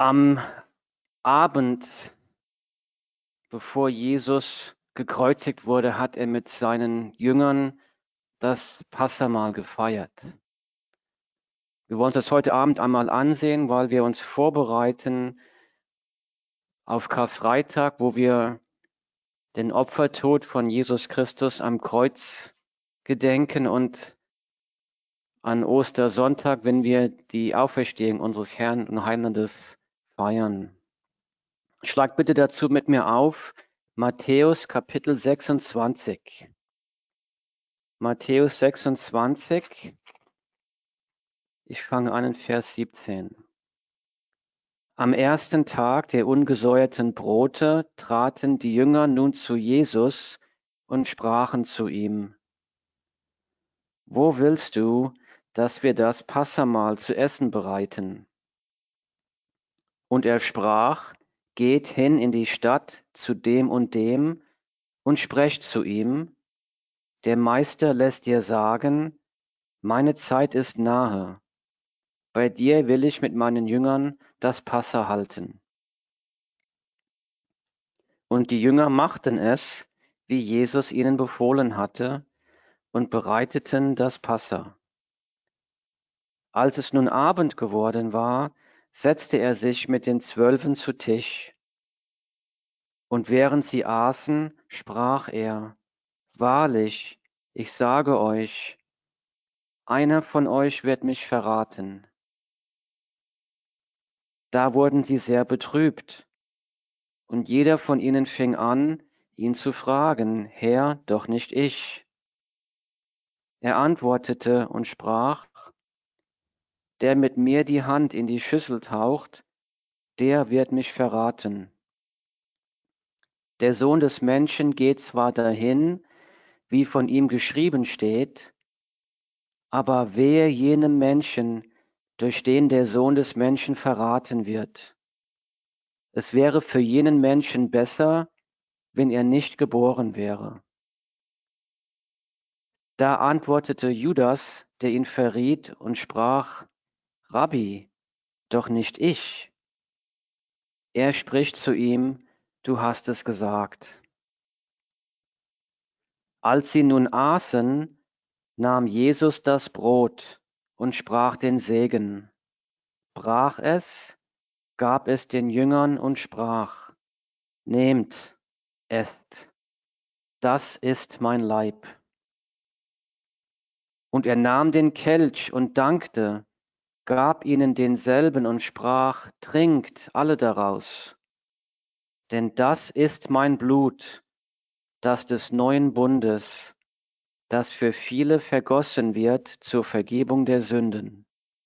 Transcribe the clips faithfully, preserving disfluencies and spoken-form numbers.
Am Abend, bevor Jesus gekreuzigt wurde, hat er mit seinen Jüngern das Passahmahl gefeiert. Wir wollen uns das heute Abend einmal ansehen, weil wir uns vorbereiten auf Karfreitag, wo wir den Opfertod von Jesus Christus am Kreuz gedenken und an Ostersonntag, wenn wir die Auferstehung unseres Herrn und Heilandes feiern. Schlag bitte dazu mit mir auf Matthäus Kapitel sechsundzwanzig. Matthäus sechsundzwanzig. Ich fange an in Vers siebzehn. Am ersten Tag der ungesäuerten Brote traten die Jünger nun zu Jesus und sprachen zu ihm: Wo willst du, dass wir das Passahmahl zu essen bereiten? Und er sprach: Geht hin in die Stadt zu dem und dem und sprecht zu ihm: Der Meister lässt dir sagen, meine Zeit ist nahe. Bei dir will ich mit meinen Jüngern das Passa halten. Und die Jünger machten es, wie Jesus ihnen befohlen hatte, und bereiteten das Passa. Als es nun Abend geworden war, setzte er sich mit den Zwölfen zu Tisch. Und während sie aßen, sprach er: Wahrlich, ich sage euch, einer von euch wird mich verraten. Da wurden sie sehr betrübt. Und jeder von ihnen fing an, ihn zu fragen: Herr, doch nicht ich. Er antwortete und sprach: Der mit mir die Hand in die Schüssel taucht, der wird mich verraten. Der Sohn des Menschen geht zwar dahin, wie von ihm geschrieben steht, aber wehe jenem Menschen, durch den der Sohn des Menschen verraten wird. Es wäre für jenen Menschen besser, wenn er nicht geboren wäre. Da antwortete Judas, der ihn verriet, und sprach: Rabbi, doch nicht ich. Er spricht zu ihm: Du hast es gesagt. Als sie nun aßen, nahm Jesus das Brot und sprach den Segen, brach es, gab es den Jüngern und sprach: Nehmt, esst, das ist mein Leib. Und er nahm den Kelch und dankte, gab ihnen denselben und sprach: Trinkt alle daraus, denn das ist mein Blut, das des neuen Bundes, das für viele vergossen wird zur Vergebung der Sünden.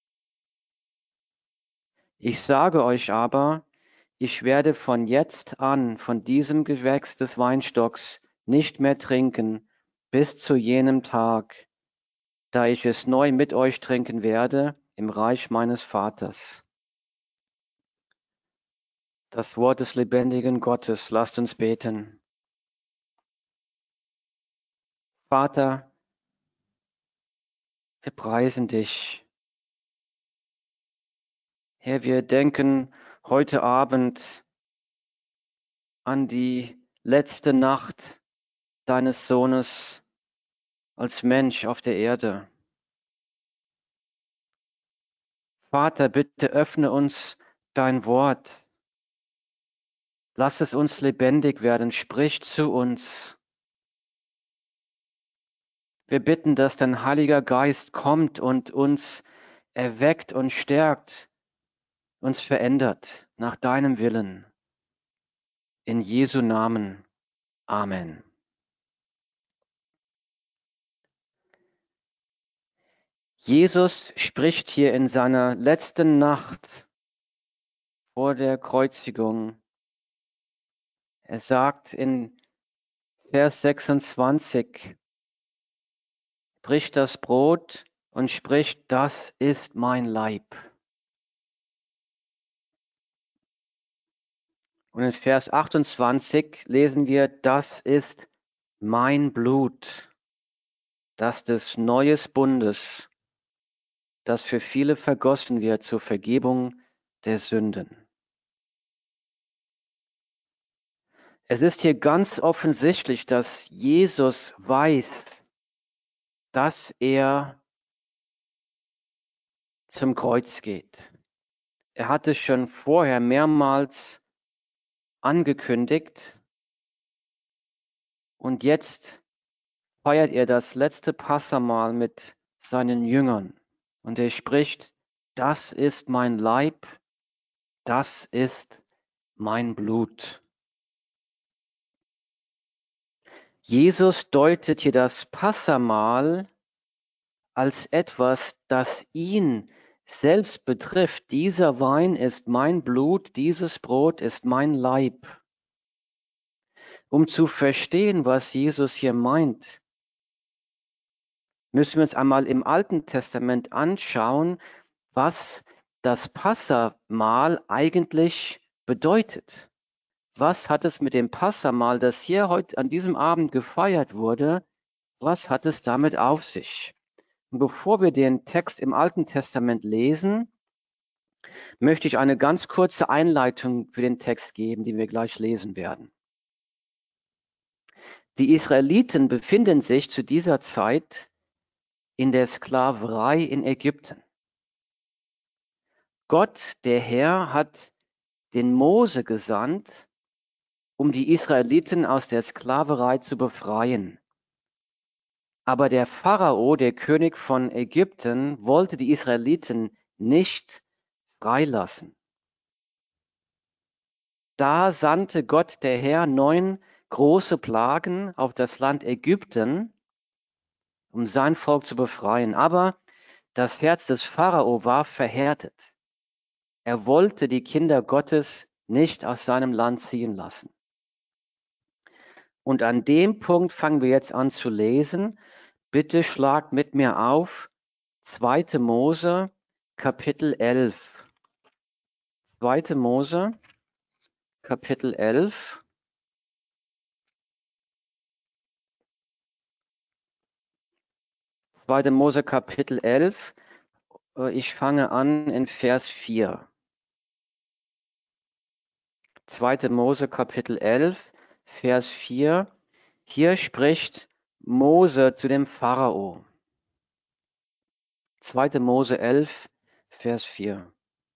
Ich sage euch aber, ich werde von jetzt an von diesem Gewächs des Weinstocks nicht mehr trinken, bis zu jenem Tag, da ich es neu mit euch trinken werde im Reich meines Vaters. Das Wort des lebendigen Gottes, lasst uns beten. Vater, wir preisen dich. Herr, wir denken heute Abend an die letzte Nacht deines Sohnes als Mensch auf der Erde. Vater, bitte öffne uns dein Wort. Lass es uns lebendig werden. Sprich zu uns. Wir bitten, dass dein Heiliger Geist kommt und uns erweckt und stärkt, uns verändert nach deinem Willen. In Jesu Namen. Amen. Jesus spricht hier in seiner letzten Nacht vor der Kreuzigung. Er sagt in Vers sechsundzwanzig, bricht das Brot und spricht: Das ist mein Leib. Und in Vers achtundzwanzig lesen wir: Das ist mein Blut, das des Neues Bundes, das für viele vergossen wird zur Vergebung der Sünden. Es ist hier ganz offensichtlich, dass Jesus weiß, dass er zum Kreuz geht. Er hatte schon vorher mehrmals angekündigt und jetzt feiert er das letzte Passamahl mit seinen Jüngern. Und er spricht, das ist mein Leib, das ist mein Blut. Jesus deutet hier das Passamahl als etwas, das ihn selbst betrifft. Dieser Wein ist mein Blut, dieses Brot ist mein Leib. Um zu verstehen, was Jesus hier meint, müssen wir uns einmal im Alten Testament anschauen, was das Passamahl eigentlich bedeutet. Was hat es mit dem Passamahl, das hier heute an diesem Abend gefeiert wurde, was hat es damit auf sich? Und bevor wir den Text im Alten Testament lesen, möchte ich eine ganz kurze Einleitung für den Text geben, den wir gleich lesen werden. Die Israeliten befinden sich zu dieser Zeit in der Sklaverei in Ägypten. Gott, der Herr, hat den Mose gesandt, um die Israeliten aus der Sklaverei zu befreien. Aber der Pharao, der König von Ägypten, wollte die Israeliten nicht freilassen. Da sandte Gott, der Herr, neun große Plagen auf das Land Ägypten, um sein Volk zu befreien. Aber das Herz des Pharao war verhärtet. Er wollte die Kinder Gottes nicht aus seinem Land ziehen lassen. Und an dem Punkt fangen wir jetzt an zu lesen. Bitte schlagt mit mir auf zweite Mose, Kapitel elf. zweite Mose, Kapitel elf. zweite Mose, Kapitel elf. Ich fange an in Vers vier. zweite Mose, Kapitel elf, Vers vier. Hier spricht Mose zu dem Pharao. zweite Mose elf, Vers vier.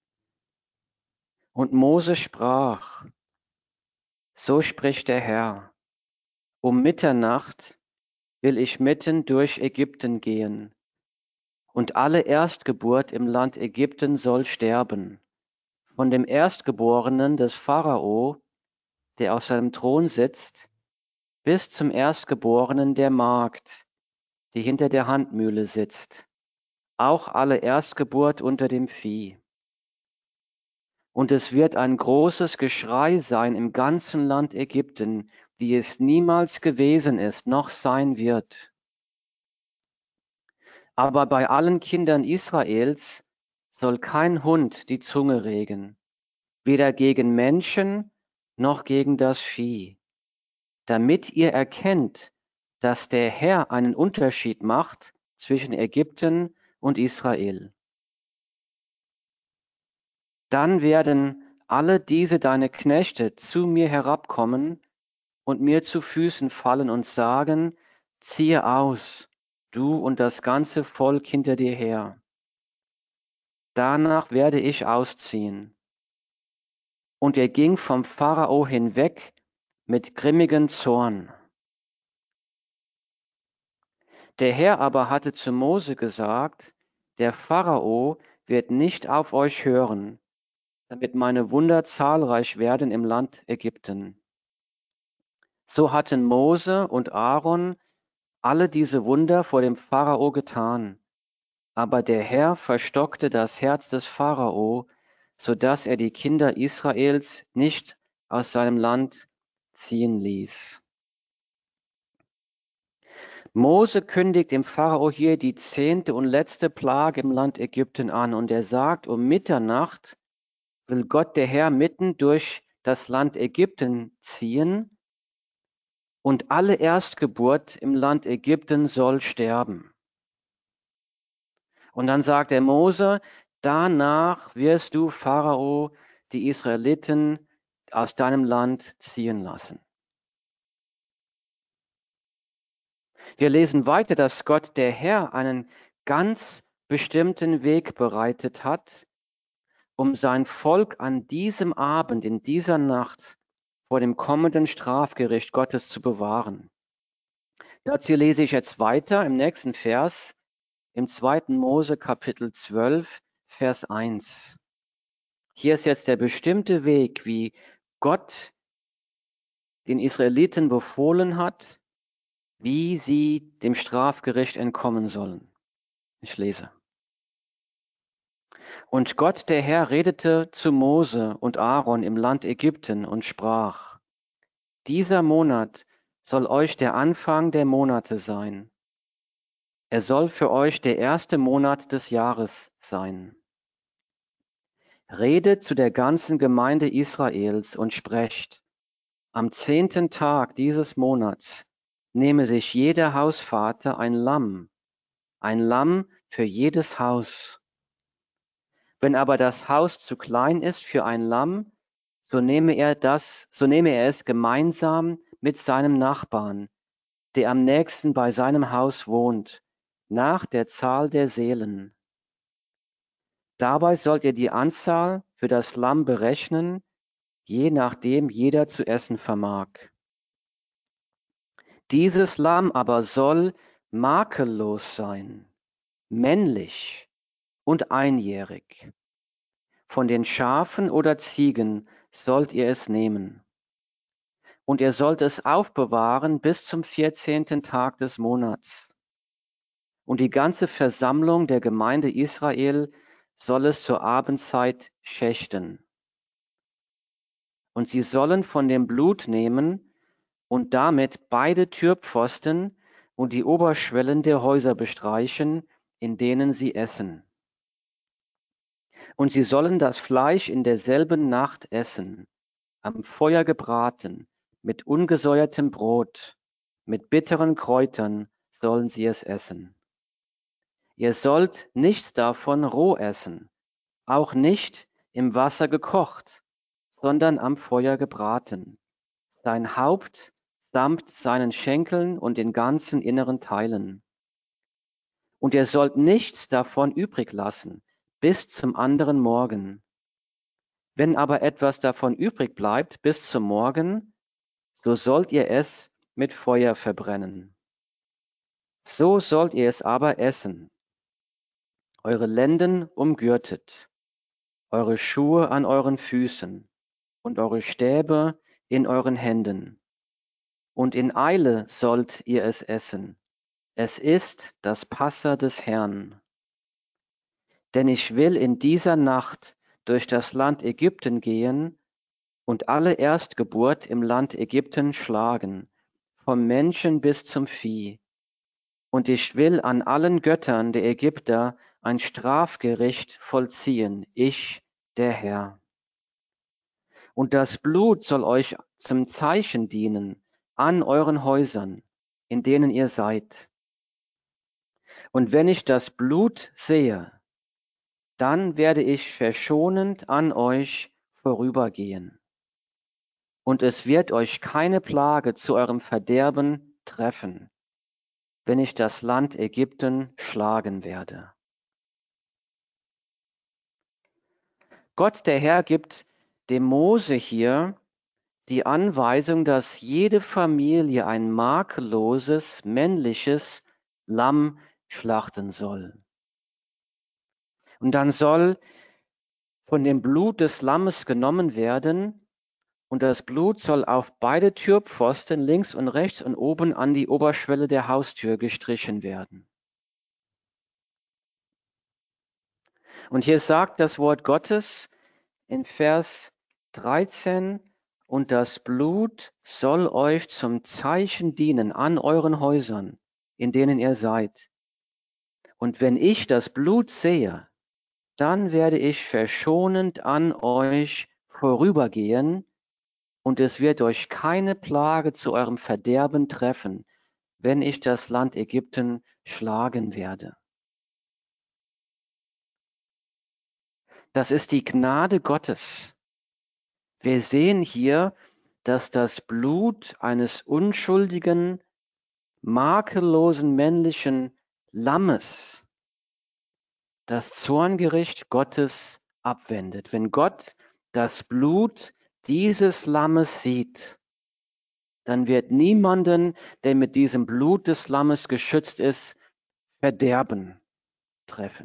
Und Mose sprach, so spricht der Herr, um Mitternacht will ich mitten durch Ägypten gehen, und alle Erstgeburt im Land Ägypten soll sterben, von dem Erstgeborenen des Pharao, der auf seinem Thron sitzt, bis zum Erstgeborenen der Magd, die hinter der Handmühle sitzt, auch alle Erstgeburt unter dem Vieh. Und es wird ein großes Geschrei sein im ganzen Land Ägypten, wie es niemals gewesen ist, noch sein wird. Aber bei allen Kindern Israels soll kein Hund die Zunge regen, weder gegen Menschen noch gegen das Vieh, damit ihr erkennt, dass der Herr einen Unterschied macht zwischen Ägypten und Israel. Dann werden alle diese deine Knechte zu mir herabkommen und mir zu Füßen fallen und sagen, ziehe aus, du und das ganze Volk hinter dir her. Danach werde ich ausziehen. Und er ging vom Pharao hinweg mit grimmigem Zorn. Der Herr aber hatte zu Mose gesagt, der Pharao wird nicht auf euch hören, damit meine Wunder zahlreich werden im Land Ägypten. So hatten Mose und Aaron alle diese Wunder vor dem Pharao getan. Aber der Herr verstockte das Herz des Pharao, so dass er die Kinder Israels nicht aus seinem Land ziehen ließ. Mose kündigt dem Pharao hier die zehnte und letzte Plage im Land Ägypten an und er sagt, um Mitternacht will Gott der Herr mitten durch das Land Ägypten ziehen und alle Erstgeburt im Land Ägypten soll sterben. Und dann sagt der Mose, danach wirst du, Pharao, die Israeliten aus deinem Land ziehen lassen. Wir lesen weiter, dass Gott, der Herr, einen ganz bestimmten Weg bereitet hat, um sein Volk an diesem Abend, in dieser Nacht vor dem kommenden Strafgericht Gottes zu bewahren. Dazu lese ich jetzt weiter im nächsten Vers, im zweiten Mose Kapitel zwölf, Vers eins. Hier ist jetzt der bestimmte Weg, wie Gott den Israeliten befohlen hat, wie sie dem Strafgericht entkommen sollen. Ich lese. Und Gott, der Herr, redete zu Mose und Aaron im Land Ägypten und sprach: Dieser Monat soll euch der Anfang der Monate sein. Er soll für euch der erste Monat des Jahres sein. Redet zu der ganzen Gemeinde Israels und sprecht: Am zehnten Tag dieses Monats nehme sich jeder Hausvater ein Lamm, ein Lamm für jedes Haus. Wenn aber das Haus zu klein ist für ein Lamm, so nehme er das, so nehme er es gemeinsam mit seinem Nachbarn, der am nächsten bei seinem Haus wohnt, nach der Zahl der Seelen. Dabei sollt ihr die Anzahl für das Lamm berechnen, je nachdem jeder zu essen vermag. Dieses Lamm aber soll makellos sein, männlich und einjährig. Von den Schafen oder Ziegen sollt ihr es nehmen. Und ihr sollt es aufbewahren bis zum vierzehnten Tag des Monats. Und die ganze Versammlung der Gemeinde Israel soll es zur Abendzeit schächten. Und sie sollen von dem Blut nehmen und damit beide Türpfosten und die Oberschwellen der Häuser bestreichen, in denen sie essen. Und sie sollen das Fleisch in derselben Nacht essen, am Feuer gebraten, mit ungesäuertem Brot, mit bitteren Kräutern sollen sie es essen. Ihr sollt nichts davon roh essen, auch nicht im Wasser gekocht, sondern am Feuer gebraten, sein Haupt samt seinen Schenkeln und den ganzen inneren Teilen. Und ihr sollt nichts davon übrig lassen, bis zum anderen Morgen. Wenn aber etwas davon übrig bleibt bis zum Morgen, so sollt ihr es mit Feuer verbrennen. So sollt ihr es aber essen, eure Lenden umgürtet, eure Schuhe an euren Füßen und eure Stäbe in euren Händen. Und in Eile sollt ihr es essen. Es ist das Passa des Herrn. Denn ich will in dieser Nacht durch das Land Ägypten gehen und alle Erstgeburt im Land Ägypten schlagen, vom Menschen bis zum Vieh. Und ich will an allen Göttern der Ägypter ein Strafgericht vollziehen, ich, der Herr. Und das Blut soll euch zum Zeichen dienen an euren Häusern, in denen ihr seid. Und wenn ich das Blut sehe, dann werde ich verschonend an euch vorübergehen. Und es wird euch keine Plage zu eurem Verderben treffen, wenn ich das Land Ägypten schlagen werde. Gott, der Herr, gibt dem Mose hier die Anweisung, dass jede Familie ein makelloses, männliches Lamm schlachten soll. Und dann soll von dem Blut des Lammes genommen werden und das Blut soll auf beide Türpfosten links und rechts und oben an die Oberschwelle der Haustür gestrichen werden. Und hier sagt das Wort Gottes in Vers dreizehn, und das Blut soll euch zum Zeichen dienen an euren Häusern, in denen ihr seid. Und wenn ich das Blut sehe, dann werde ich verschonend an euch vorübergehen, und es wird euch keine Plage zu eurem Verderben treffen, wenn ich das Land Ägypten schlagen werde. Das ist die Gnade Gottes. Wir sehen hier, dass das Blut eines unschuldigen makellosen männlichen Lammes das Zorngericht Gottes abwendet. Wenn Gott das Blut dieses Lammes sieht, dann wird niemanden, der mit diesem Blut des Lammes geschützt ist, Verderben treffen.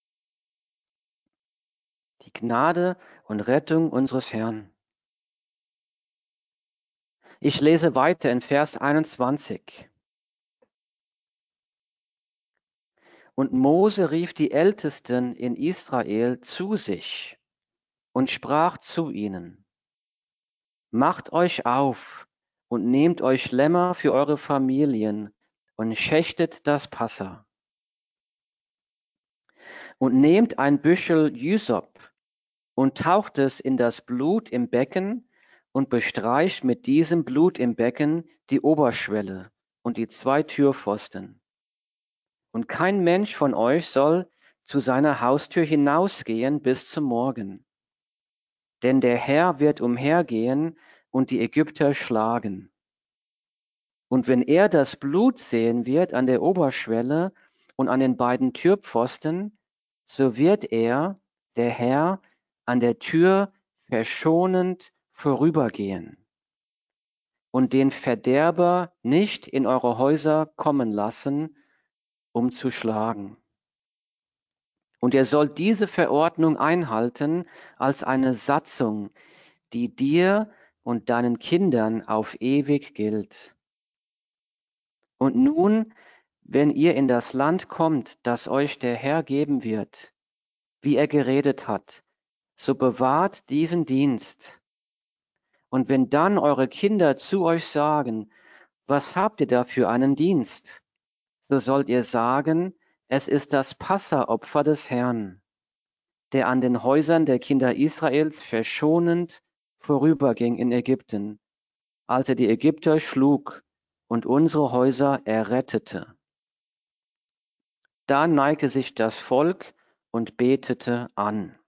Die Gnade und Rettung unseres Herrn. Ich lese weiter in Vers einundzwanzig. Und Mose rief die Ältesten in Israel zu sich und sprach zu ihnen: Macht euch auf und nehmt euch Lämmer für eure Familien und schächtet das Passa. Und nehmt ein Büschel Jysop und taucht es in das Blut im Becken und bestreicht mit diesem Blut im Becken die Oberschwelle und die zwei Türpfosten. Und kein Mensch von euch soll zu seiner Haustür hinausgehen bis zum Morgen. Denn der Herr wird umhergehen und die Ägypter schlagen. Und wenn er das Blut sehen wird an der Oberschwelle und an den beiden Türpfosten, so wird er, der Herr, an der Tür verschonend vorübergehen und den Verderber nicht in eure Häuser kommen lassen, um zu schlagen. Und er soll diese Verordnung einhalten als eine Satzung, die dir und deinen Kindern auf ewig gilt. Und nun, wenn ihr in das Land kommt, das euch der Herr geben wird, wie er geredet hat, so bewahrt diesen Dienst. Und wenn dann eure Kinder zu euch sagen, was habt ihr da für einen Dienst? So sollt ihr sagen, es ist das Passaopfer des Herrn, der an den Häusern der Kinder Israels verschonend vorüberging in Ägypten, als er die Ägypter schlug und unsere Häuser errettete. Da neigte sich das Volk und betete an.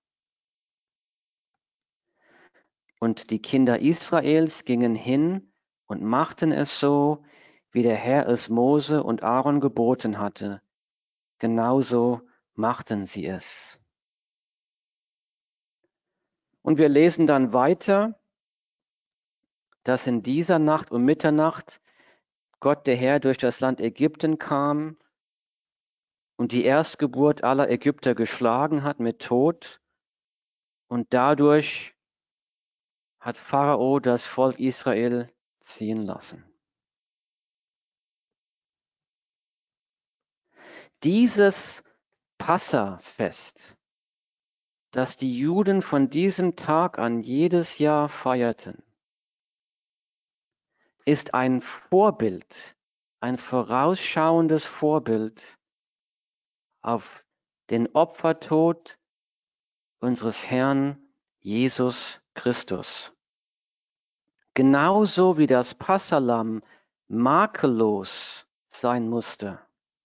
Und die Kinder Israels gingen hin und machten es so, wie der Herr es Mose und Aaron geboten hatte. Genauso machten sie es. Und wir lesen dann weiter, dass in dieser Nacht um Mitternacht Gott der Herr durch das Land Ägypten kam und die Erstgeburt aller Ägypter geschlagen hat mit Tod. Und dadurch hat Pharao das Volk Israel ziehen lassen. Dieses Passafest, das die Juden von diesem Tag an jedes Jahr feierten, ist ein Vorbild, ein vorausschauendes Vorbild auf den Opfertod unseres Herrn Jesus Christus. Genauso wie das Passahlamm makellos sein musste,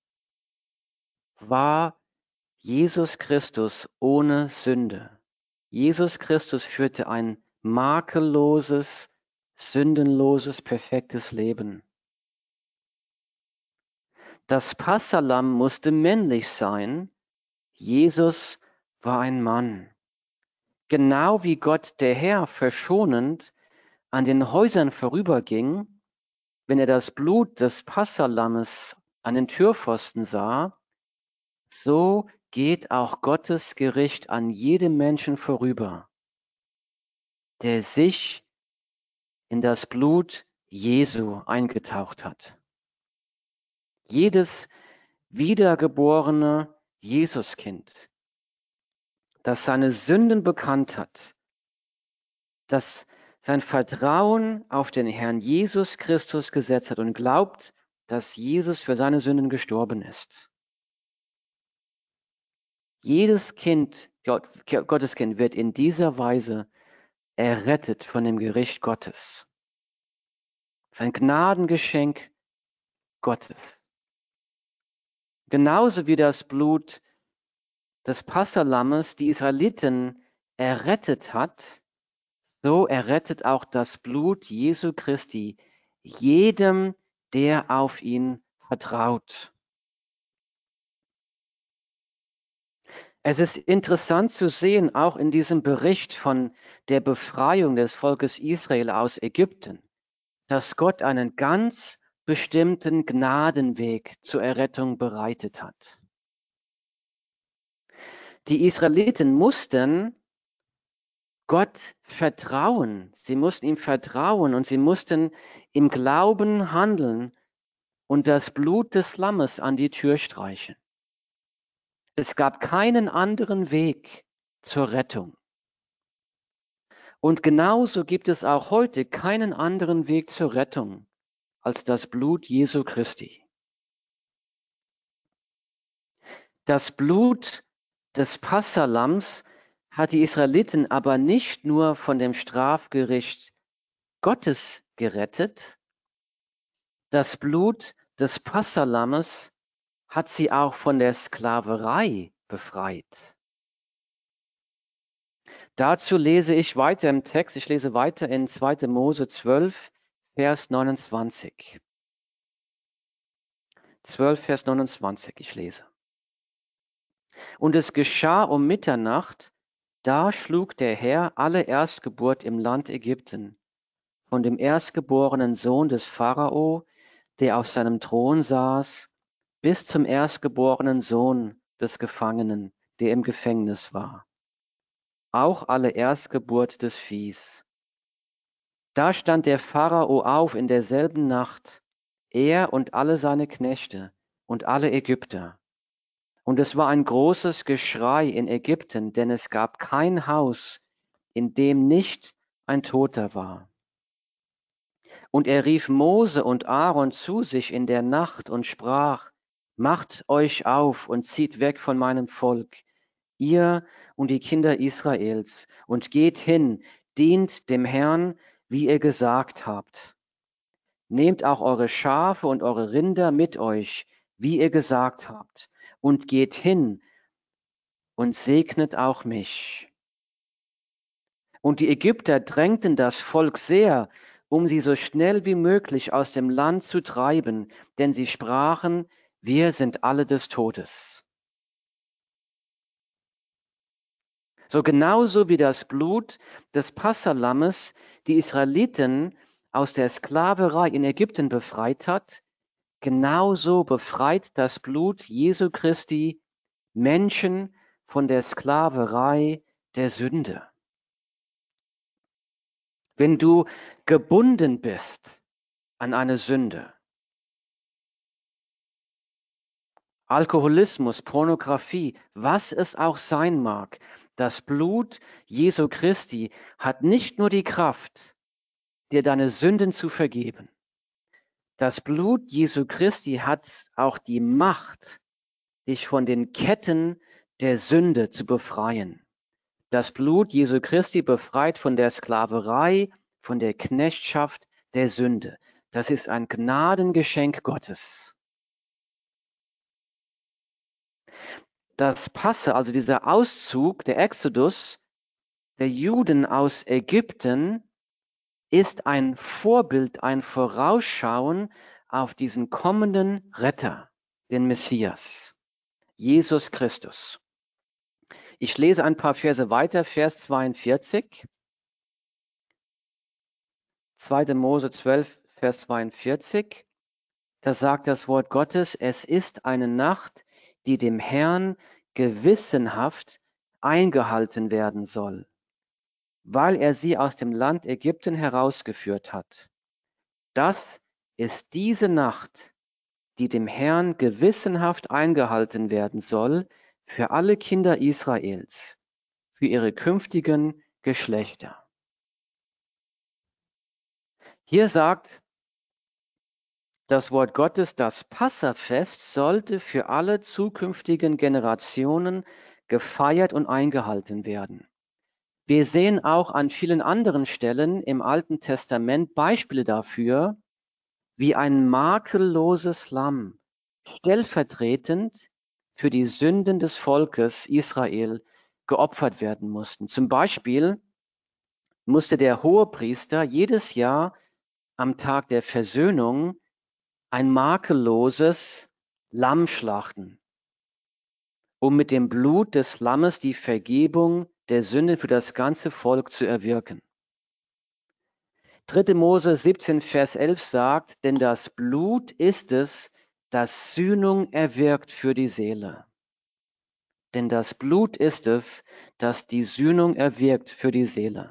war Jesus Christus ohne Sünde. Jesus Christus führte ein makelloses, sündenloses, perfektes Leben. Das Passahlamm musste männlich sein. Jesus war ein Mann. Genau wie Gott der Herr verschonend an den Häusern vorüberging, wenn er das Blut des Passalammes an den Türpfosten sah, so geht auch Gottes Gericht an jedem Menschen vorüber, der sich in das Blut Jesu eingetaucht hat. Jedes wiedergeborene Jesuskind, das seine Sünden bekannt hat, das sein Vertrauen auf den Herrn Jesus Christus gesetzt hat und glaubt, dass Jesus für seine Sünden gestorben ist. Jedes Kind, Gott, Gottes Kind, wird in dieser Weise errettet von dem Gericht Gottes. Sein Gnadengeschenk Gottes. Genauso wie das Blut des Passalammes die Israeliten errettet hat, so errettet auch das Blut Jesu Christi jedem, der auf ihn vertraut. Es ist interessant zu sehen, auch in diesem Bericht von der Befreiung des Volkes Israel aus Ägypten, dass Gott einen ganz bestimmten Gnadenweg zur Errettung bereitet hat. Die Israeliten mussten Gott vertrauen. Sie mussten ihm vertrauen und sie mussten im Glauben handeln und das Blut des Lammes an die Tür streichen. Es gab keinen anderen Weg zur Rettung. Und genauso gibt es auch heute keinen anderen Weg zur Rettung als das Blut Jesu Christi. Das Blut des Passalams hat die Israeliten aber nicht nur von dem Strafgericht Gottes gerettet, das Blut des Passalammes hat sie auch von der Sklaverei befreit. Dazu lese ich weiter im Text, ich lese weiter in zweiter Mose zwölf, Vers neunundzwanzig. zwölf, Vers neunundzwanzig, ich lese. Und es geschah um Mitternacht, da schlug der Herr alle Erstgeburt im Land Ägypten, von dem erstgeborenen Sohn des Pharao, der auf seinem Thron saß, bis zum erstgeborenen Sohn des Gefangenen, der im Gefängnis war. Auch alle Erstgeburt des Viehs. Da stand der Pharao auf in derselben Nacht, er und alle seine Knechte und alle Ägypter. Und es war ein großes Geschrei in Ägypten, denn es gab kein Haus, in dem nicht ein Toter war. Und er rief Mose und Aaron zu sich in der Nacht und sprach, macht euch auf und zieht weg von meinem Volk, ihr und die Kinder Israels, und geht hin, dient dem Herrn, wie ihr gesagt habt. Nehmt auch eure Schafe und eure Rinder mit euch, wie ihr gesagt habt, und geht hin und segnet auch mich. Und die Ägypter drängten das Volk sehr, um sie so schnell wie möglich aus dem Land zu treiben, denn sie sprachen, wir sind alle des Todes. So genauso wie das Blut des Passalammes die Israeliten aus der Sklaverei in Ägypten befreit hat, genauso befreit das Blut Jesu Christi Menschen von der Sklaverei der Sünde. Wenn du gebunden bist an eine Sünde, Alkoholismus, Pornografie, was es auch sein mag, das Blut Jesu Christi hat nicht nur die Kraft, dir deine Sünden zu vergeben. Das Blut Jesu Christi hat auch die Macht, dich von den Ketten der Sünde zu befreien. Das Blut Jesu Christi befreit von der Sklaverei, von der Knechtschaft der Sünde. Das ist ein Gnadengeschenk Gottes. Das Passe, also dieser Auszug, der Exodus der Juden aus Ägypten, ist ein Vorbild, ein Vorausschauen auf diesen kommenden Retter, den Messias, Jesus Christus. Ich lese ein paar Verse weiter, Vers zweiundvierzig. zweiter Mose zwölf, Vers zweiundvierzig. Da sagt das Wort Gottes, es ist eine Nacht, die dem Herrn gewissenhaft eingehalten werden soll, weil er sie aus dem Land Ägypten herausgeführt hat. Das ist diese Nacht, die dem Herrn gewissenhaft eingehalten werden soll für alle Kinder Israels, für ihre künftigen Geschlechter. Hier sagt das Wort Gottes, das Passafest sollte für alle zukünftigen Generationen gefeiert und eingehalten werden. Wir sehen auch an vielen anderen Stellen im Alten Testament Beispiele dafür, wie ein makelloses Lamm stellvertretend für die Sünden des Volkes Israel geopfert werden mussten. Zum Beispiel musste der Hohepriester jedes Jahr am Tag der Versöhnung ein makelloses Lamm schlachten, um mit dem Blut des Lammes die Vergebung der Sünde für das ganze Volk zu erwirken. dritter Mose siebzehn, Vers elf sagt, denn das Blut ist es, das Sühnung erwirkt für die Seele. Denn das Blut ist es, das die Sühnung erwirkt für die Seele.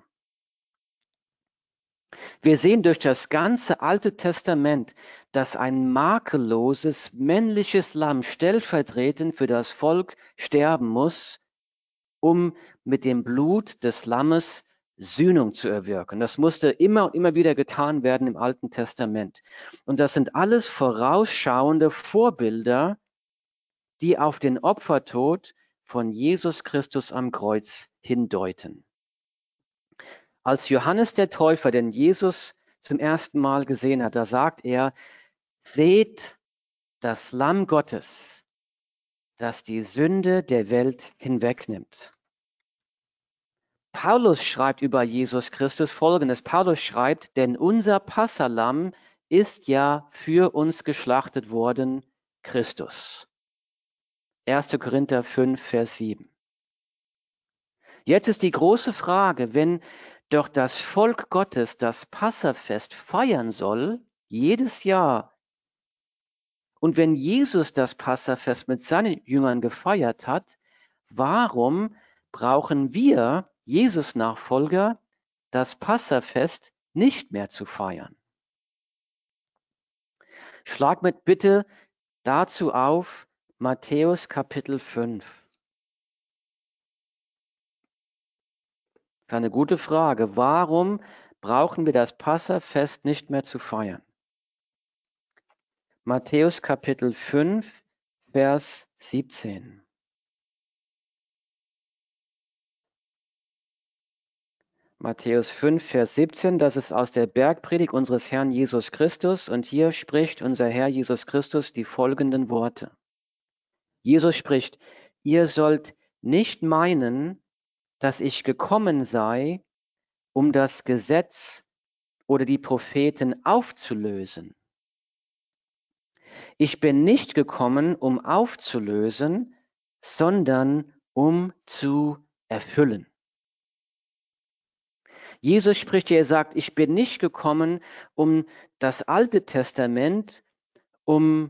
Wir sehen durch das ganze Alte Testament, dass ein makelloses männliches Lamm stellvertretend für das Volk sterben muss, um mit dem Blut des Lammes Sühnung zu erwirken. Das musste immer und immer wieder getan werden im Alten Testament. Und das sind alles vorausschauende Vorbilder, die auf den Opfertod von Jesus Christus am Kreuz hindeuten. Als Johannes der Täufer den Jesus zum ersten Mal gesehen hat, da sagt er, seht das Lamm Gottes, das die Sünde der Welt hinwegnimmt. Paulus schreibt über Jesus Christus Folgendes. Paulus schreibt, denn unser Passahlamm ist ja für uns geschlachtet worden, Christus. erster Korinther fünf, Vers sieben. Jetzt ist die große Frage, wenn doch das Volk Gottes das Passafest feiern soll, jedes Jahr, und wenn Jesus das Passafest mit seinen Jüngern gefeiert hat, warum brauchen wir, Jesus-Nachfolger, das Passafest nicht mehr zu feiern? Schlag mit bitte dazu auf Matthäus Kapitel fünf. Das ist eine gute Frage. Warum brauchen wir das Passafest nicht mehr zu feiern? Matthäus Kapitel fünf, Vers siebzehn. Matthäus fünf, Vers siebzehn, das ist aus der Bergpredigt unseres Herrn Jesus Christus. Und hier spricht unser Herr Jesus Christus die folgenden Worte. Jesus spricht, ihr sollt nicht meinen, dass ich gekommen sei, um das Gesetz oder die Propheten aufzulösen. Ich bin nicht gekommen, um aufzulösen, sondern um zu erfüllen. Jesus spricht hier, er sagt, ich bin nicht gekommen, um das Alte Testament, um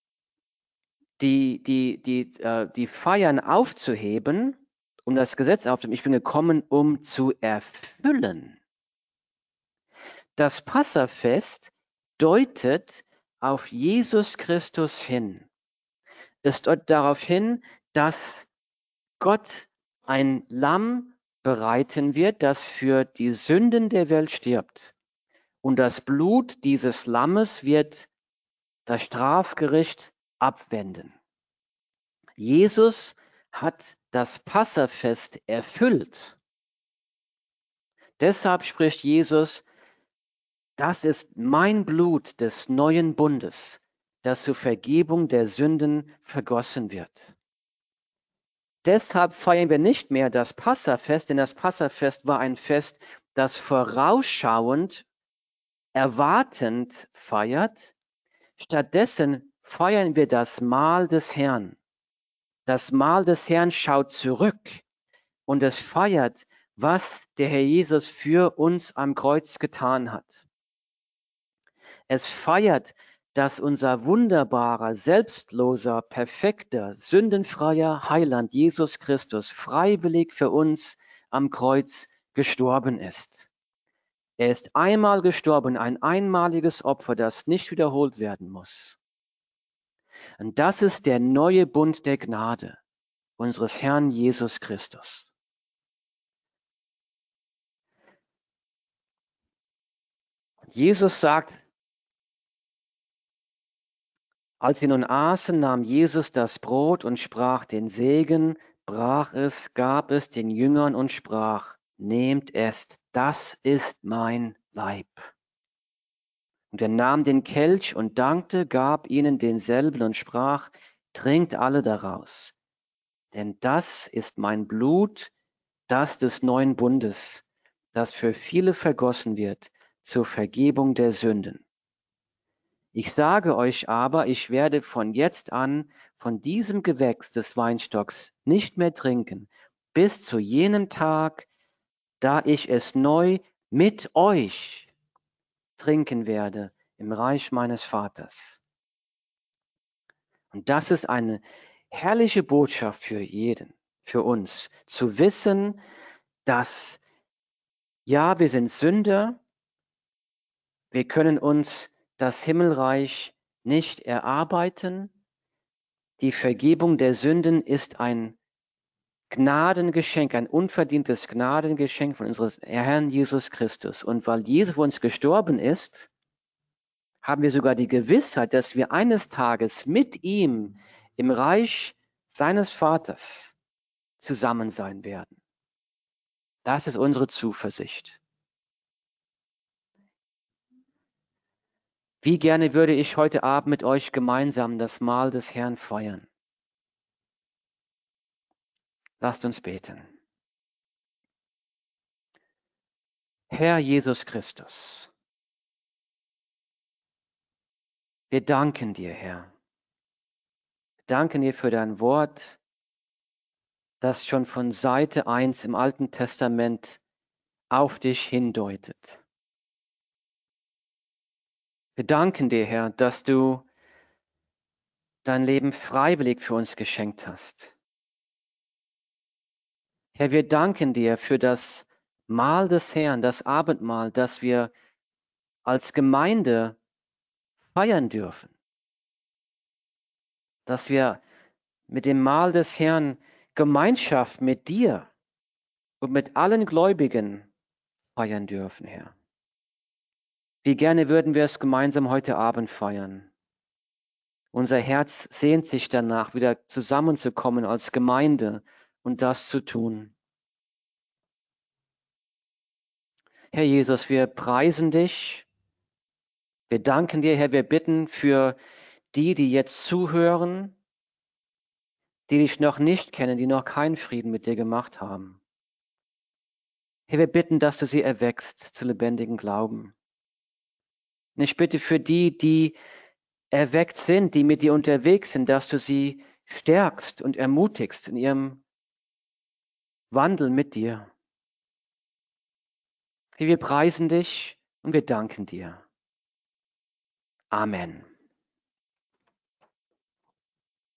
die, die, die, äh, die Feiern aufzuheben, um das Gesetz aufzuheben. Ich bin gekommen, um zu erfüllen. Das Passafest deutet auf Jesus Christus hin. Es deutet darauf hin, dass Gott ein Lamm bereiten wird, das für die Sünden der Welt stirbt. Und das Blut dieses Lammes wird das Strafgericht abwenden. Jesus hat das Passafest erfüllt. Deshalb spricht Jesus, das ist mein Blut des neuen Bundes, das zur Vergebung der Sünden vergossen wird. Deshalb feiern wir nicht mehr das Passafest, denn das Passafest war ein Fest, das vorausschauend, erwartend feiert. Stattdessen feiern wir das Mahl des Herrn. Das Mahl des Herrn schaut zurück und es feiert, was der Herr Jesus für uns am Kreuz getan hat. Es feiert, dass unser wunderbarer, selbstloser, perfekter, sündenfreier Heiland Jesus Christus freiwillig für uns am Kreuz gestorben ist. Er ist einmal gestorben, ein einmaliges Opfer, das nicht wiederholt werden muss. Und das ist der neue Bund der Gnade unseres Herrn Jesus Christus. Jesus sagt, als sie nun aßen, nahm Jesus das Brot und sprach den Segen, brach es, gab es den Jüngern und sprach, nehmt es, das ist mein Leib. Und er nahm den Kelch und dankte, gab ihnen denselben und sprach, trinkt alle daraus. Denn das ist mein Blut, das des neuen Bundes, das für viele vergossen wird zur Vergebung der Sünden. Ich sage euch aber, ich werde von jetzt an von diesem Gewächs des Weinstocks nicht mehr trinken, bis zu jenem Tag, da ich es neu mit euch trinken werde im Reich meines Vaters. Und das ist eine herrliche Botschaft für jeden, für uns, zu wissen, dass ja, wir sind Sünder, wir können uns das Himmelreich nicht erarbeiten. Die Vergebung der Sünden ist ein Gnadengeschenk, ein unverdientes Gnadengeschenk von unseres Herrn Jesus Christus. Und weil Jesus für uns gestorben ist, haben wir sogar die Gewissheit, dass wir eines Tages mit ihm im Reich seines Vaters zusammen sein werden. Das ist unsere Zuversicht. Wie gerne würde ich heute Abend mit euch gemeinsam das Mahl des Herrn feiern. Lasst uns beten. Herr Jesus Christus, wir danken dir, Herr. Wir danken dir für dein Wort, das schon von Seite eins im Alten Testament auf dich hindeutet. Wir danken dir, Herr, dass du dein Leben freiwillig für uns geschenkt hast. Herr, wir danken dir für das Mahl des Herrn, das Abendmahl, das wir als Gemeinde feiern dürfen. Dass wir mit dem Mahl des Herrn Gemeinschaft mit dir und mit allen Gläubigen feiern dürfen, Herr. Wie gerne würden wir es gemeinsam heute Abend feiern. Unser Herz sehnt sich danach, wieder zusammenzukommen als Gemeinde und das zu tun. Herr Jesus, wir preisen dich. Wir danken dir, Herr, wir bitten für die, die jetzt zuhören, die dich noch nicht kennen, die noch keinen Frieden mit dir gemacht haben. Herr, wir bitten, dass du sie erweckst zu lebendigem Glauben. Und ich bitte für die, die erweckt sind, die mit dir unterwegs sind, dass du sie stärkst und ermutigst in ihrem Wandel mit dir. Herr, wir preisen dich und wir danken dir. Amen.